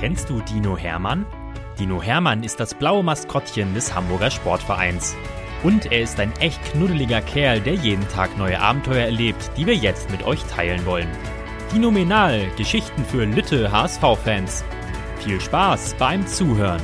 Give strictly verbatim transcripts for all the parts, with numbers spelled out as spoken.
Kennst du Dino Hermann? Dino Hermann ist das blaue Maskottchen des Hamburger Sportvereins. Und er ist ein echt knuddeliger Kerl, der jeden Tag neue Abenteuer erlebt, die wir jetzt mit euch teilen wollen. Dinomenal, Geschichten für Lütte H S V-Fans. Viel Spaß beim Zuhören.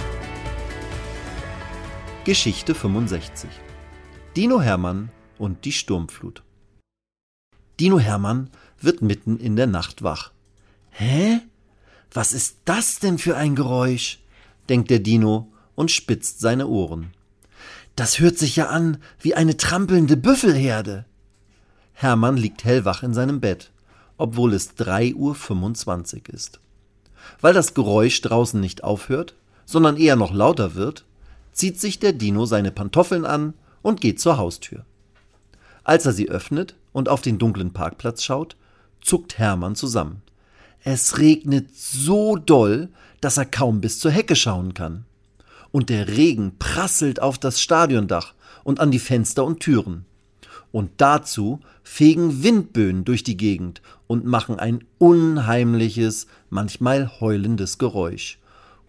Geschichte fünfundsechzig. Dino Hermann und die Sturmflut. Dino Hermann wird mitten in der Nacht wach. Hä? Was ist das denn für ein Geräusch? Denkt der Dino und spitzt seine Ohren. Das hört sich ja an wie eine trampelnde Büffelherde. Hermann liegt hellwach in seinem Bett, obwohl es drei Uhr fünfundzwanzig ist. Weil das Geräusch draußen nicht aufhört, sondern eher noch lauter wird, zieht sich der Dino seine Pantoffeln an und geht zur Haustür. Als er sie öffnet und auf den dunklen Parkplatz schaut, zuckt Hermann zusammen. Es regnet so doll, dass er kaum bis zur Hecke schauen kann. Und der Regen prasselt auf das Stadiondach und an die Fenster und Türen. Und dazu fegen Windböen durch die Gegend und machen ein unheimliches, manchmal heulendes Geräusch.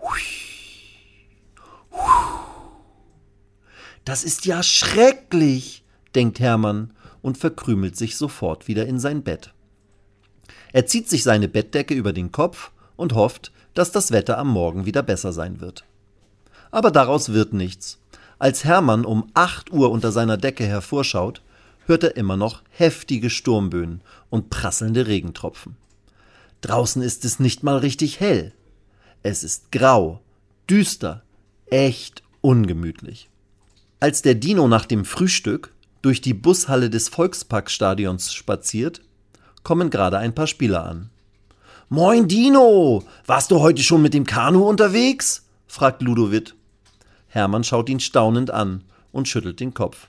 Das ist ja schrecklich, denkt Hermann und verkrümelt sich sofort wieder in sein Bett. Er zieht sich seine Bettdecke über den Kopf und hofft, dass das Wetter am Morgen wieder besser sein wird. Aber daraus wird nichts. Als Hermann um acht Uhr unter seiner Decke hervorschaut, hört er immer noch heftige Sturmböen und prasselnde Regentropfen. Draußen ist es nicht mal richtig hell. Es ist grau, düster, echt ungemütlich. Als der Dino nach dem Frühstück durch die Bushalle des Volksparkstadions spaziert, kommen gerade ein paar Spieler an. »Moin Dino, warst du heute schon mit dem Kanu unterwegs?« fragt Ludovic. Hermann schaut ihn staunend an und schüttelt den Kopf.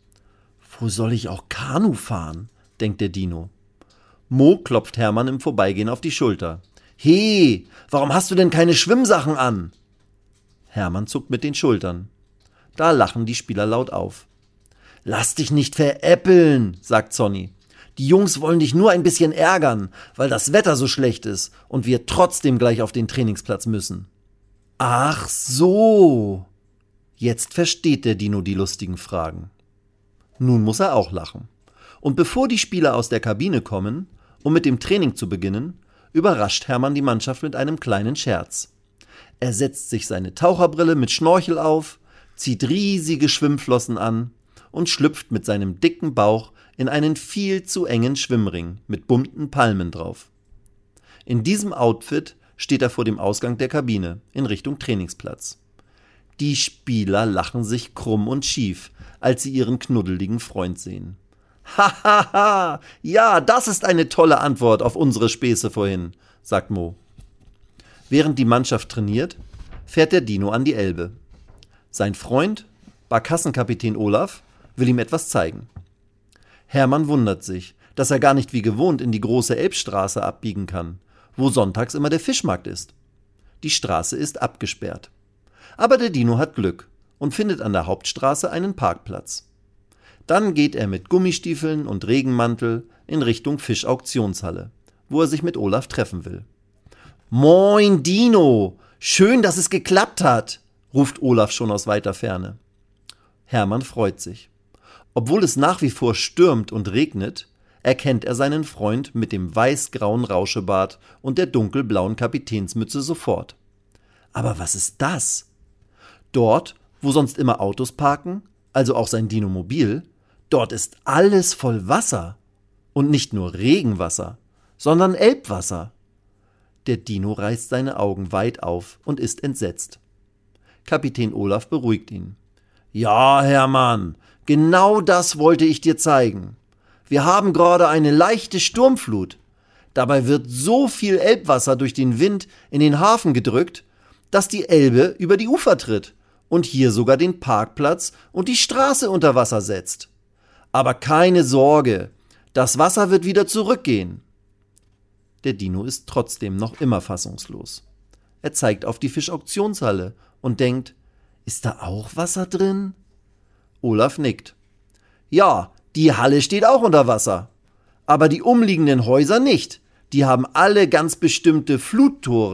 »Wo soll ich auch Kanu fahren?« denkt der Dino. Mo klopft Hermann im Vorbeigehen auf die Schulter. »He, warum hast du denn keine Schwimmsachen an?« Hermann zuckt mit den Schultern. Da lachen die Spieler laut auf. »Lass dich nicht veräppeln«, sagt Sonny. »Die Jungs wollen dich nur ein bisschen ärgern, weil das Wetter so schlecht ist und wir trotzdem gleich auf den Trainingsplatz müssen.« »Ach so«, jetzt versteht der Dino die lustigen Fragen. Nun muss er auch lachen. Und bevor die Spieler aus der Kabine kommen, um mit dem Training zu beginnen, überrascht Hermann die Mannschaft mit einem kleinen Scherz. Er setzt sich seine Taucherbrille mit Schnorchel auf, zieht riesige Schwimmflossen an und schlüpft mit seinem dicken Bauch in einen viel zu engen Schwimmring mit bunten Palmen drauf. In diesem Outfit steht er vor dem Ausgang der Kabine in Richtung Trainingsplatz. Die Spieler lachen sich krumm und schief, als sie ihren knuddeligen Freund sehen. »Hahaha, ja, das ist eine tolle Antwort auf unsere Späße vorhin«, sagt Mo. Während die Mannschaft trainiert, fährt der Dino an die Elbe. Sein Freund, Barkassenkapitän Olaf, will ihm etwas zeigen. Hermann wundert sich, dass er gar nicht wie gewohnt in die große Elbstraße abbiegen kann, wo sonntags immer der Fischmarkt ist. Die Straße ist abgesperrt. Aber der Dino hat Glück und findet an der Hauptstraße einen Parkplatz. Dann geht er mit Gummistiefeln und Regenmantel in Richtung Fischauktionshalle, wo er sich mit Olaf treffen will. »Moin Dino, schön, dass es geklappt hat«, ruft Olaf schon aus weiter Ferne. Hermann freut sich. Obwohl es nach wie vor stürmt und regnet, erkennt er seinen Freund mit dem weiß-grauen Rauschebart und der dunkelblauen Kapitänsmütze sofort. Aber was ist das? Dort, wo sonst immer Autos parken, also auch sein Dinomobil, dort ist alles voll Wasser. Und nicht nur Regenwasser, sondern Elbwasser. Der Dino reißt seine Augen weit auf und ist entsetzt. Kapitän Olaf beruhigt ihn. »Ja, Hermann, genau das wollte ich dir zeigen. Wir haben gerade eine leichte Sturmflut. Dabei wird so viel Elbwasser durch den Wind in den Hafen gedrückt, dass die Elbe über die Ufer tritt und hier sogar den Parkplatz und die Straße unter Wasser setzt. Aber keine Sorge, das Wasser wird wieder zurückgehen.« Der Dino ist trotzdem noch immer fassungslos. Er zeigt auf die Fischauktionshalle und denkt, ist da auch Wasser drin? Olaf nickt. »Ja, die Halle steht auch unter Wasser. Aber die umliegenden Häuser nicht. Die haben alle ganz bestimmte Fluttore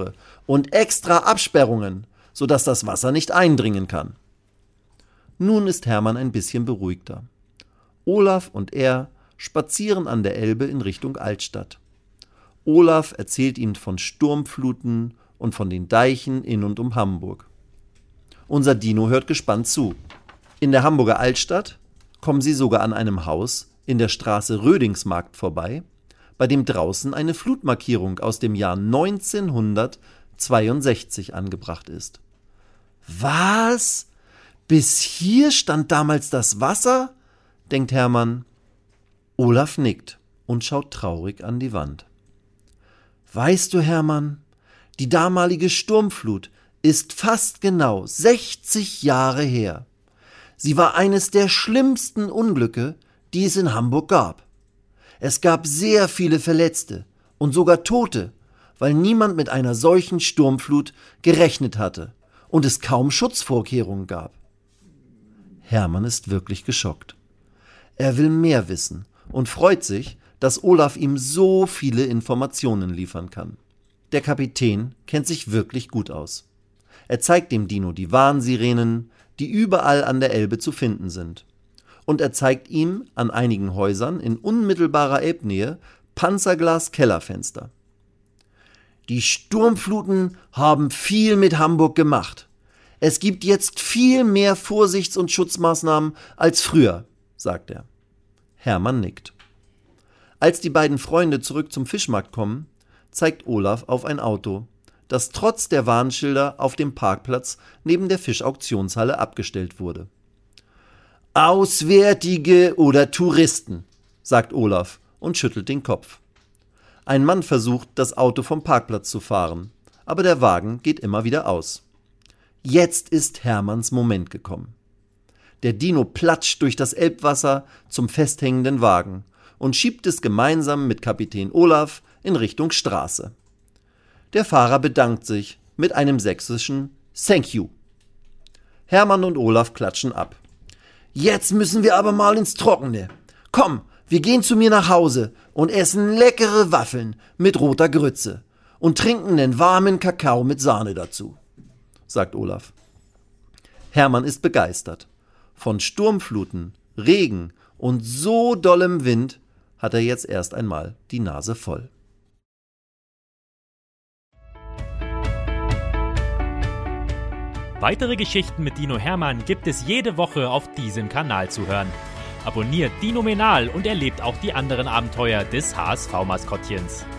und extra Absperrungen, sodass das Wasser nicht eindringen kann. Nun ist Hermann ein bisschen beruhigter. Olaf und er spazieren an der Elbe in Richtung Altstadt. Olaf erzählt ihnen von Sturmfluten und von den Deichen in und um Hamburg. Unser Dino hört gespannt zu. In der Hamburger Altstadt kommen sie sogar an einem Haus in der Straße Rödingsmarkt vorbei, bei dem draußen eine Flutmarkierung aus dem Jahr neunzehnhundertzweiundsechzig angebracht ist. Was? Bis hier stand damals das Wasser? Denkt Hermann. Olaf nickt und schaut traurig an die Wand. Weißt du, Hermann, die damalige Sturmflut ist fast genau sechzig Jahre her. Sie war eines der schlimmsten Unglücke, die es in Hamburg gab. Es gab sehr viele Verletzte und sogar Tote, weil niemand mit einer solchen Sturmflut gerechnet hatte und es kaum Schutzvorkehrungen gab. Hermann ist wirklich geschockt. Er will mehr wissen und freut sich, dass Olaf ihm so viele Informationen liefern kann. Der Kapitän kennt sich wirklich gut aus. Er zeigt dem Dino die Warnsirenen, die überall an der Elbe zu finden sind. Und er zeigt ihm an einigen Häusern in unmittelbarer Elbnähe Panzerglas-Kellerfenster. Die Sturmfluten haben viel mit Hamburg gemacht. Es gibt jetzt viel mehr Vorsichts- und Schutzmaßnahmen als früher, sagt er. Hermann nickt. Als die beiden Freunde zurück zum Fischmarkt kommen, zeigt Olaf auf ein Auto, das trotz der Warnschilder auf dem Parkplatz neben der Fischauktionshalle abgestellt wurde. Auswärtige oder Touristen, sagt Olaf und schüttelt den Kopf. Ein Mann versucht, das Auto vom Parkplatz zu fahren, aber der Wagen geht immer wieder aus. Jetzt ist Hermanns Moment gekommen. Der Dino platscht durch das Elbwasser zum festhängenden Wagen und schiebt es gemeinsam mit Kapitän Olaf in Richtung Straße. Der Fahrer bedankt sich mit einem sächsischen Thank you. Hermann und Olaf klatschen ab. Jetzt müssen wir aber mal ins Trockene. Komm, wir gehen zu mir nach Hause und essen leckere Waffeln mit roter Grütze und trinken einen warmen Kakao mit Sahne dazu, sagt Olaf. Hermann ist begeistert. Von Sturmfluten, Regen und so dollem Wind hat er jetzt erst einmal die Nase voll. Weitere Geschichten mit Dino Hermann gibt es jede Woche auf diesem Kanal zu hören. Abonniert Dinomenal und erlebt auch die anderen Abenteuer des H S V-Maskottchens.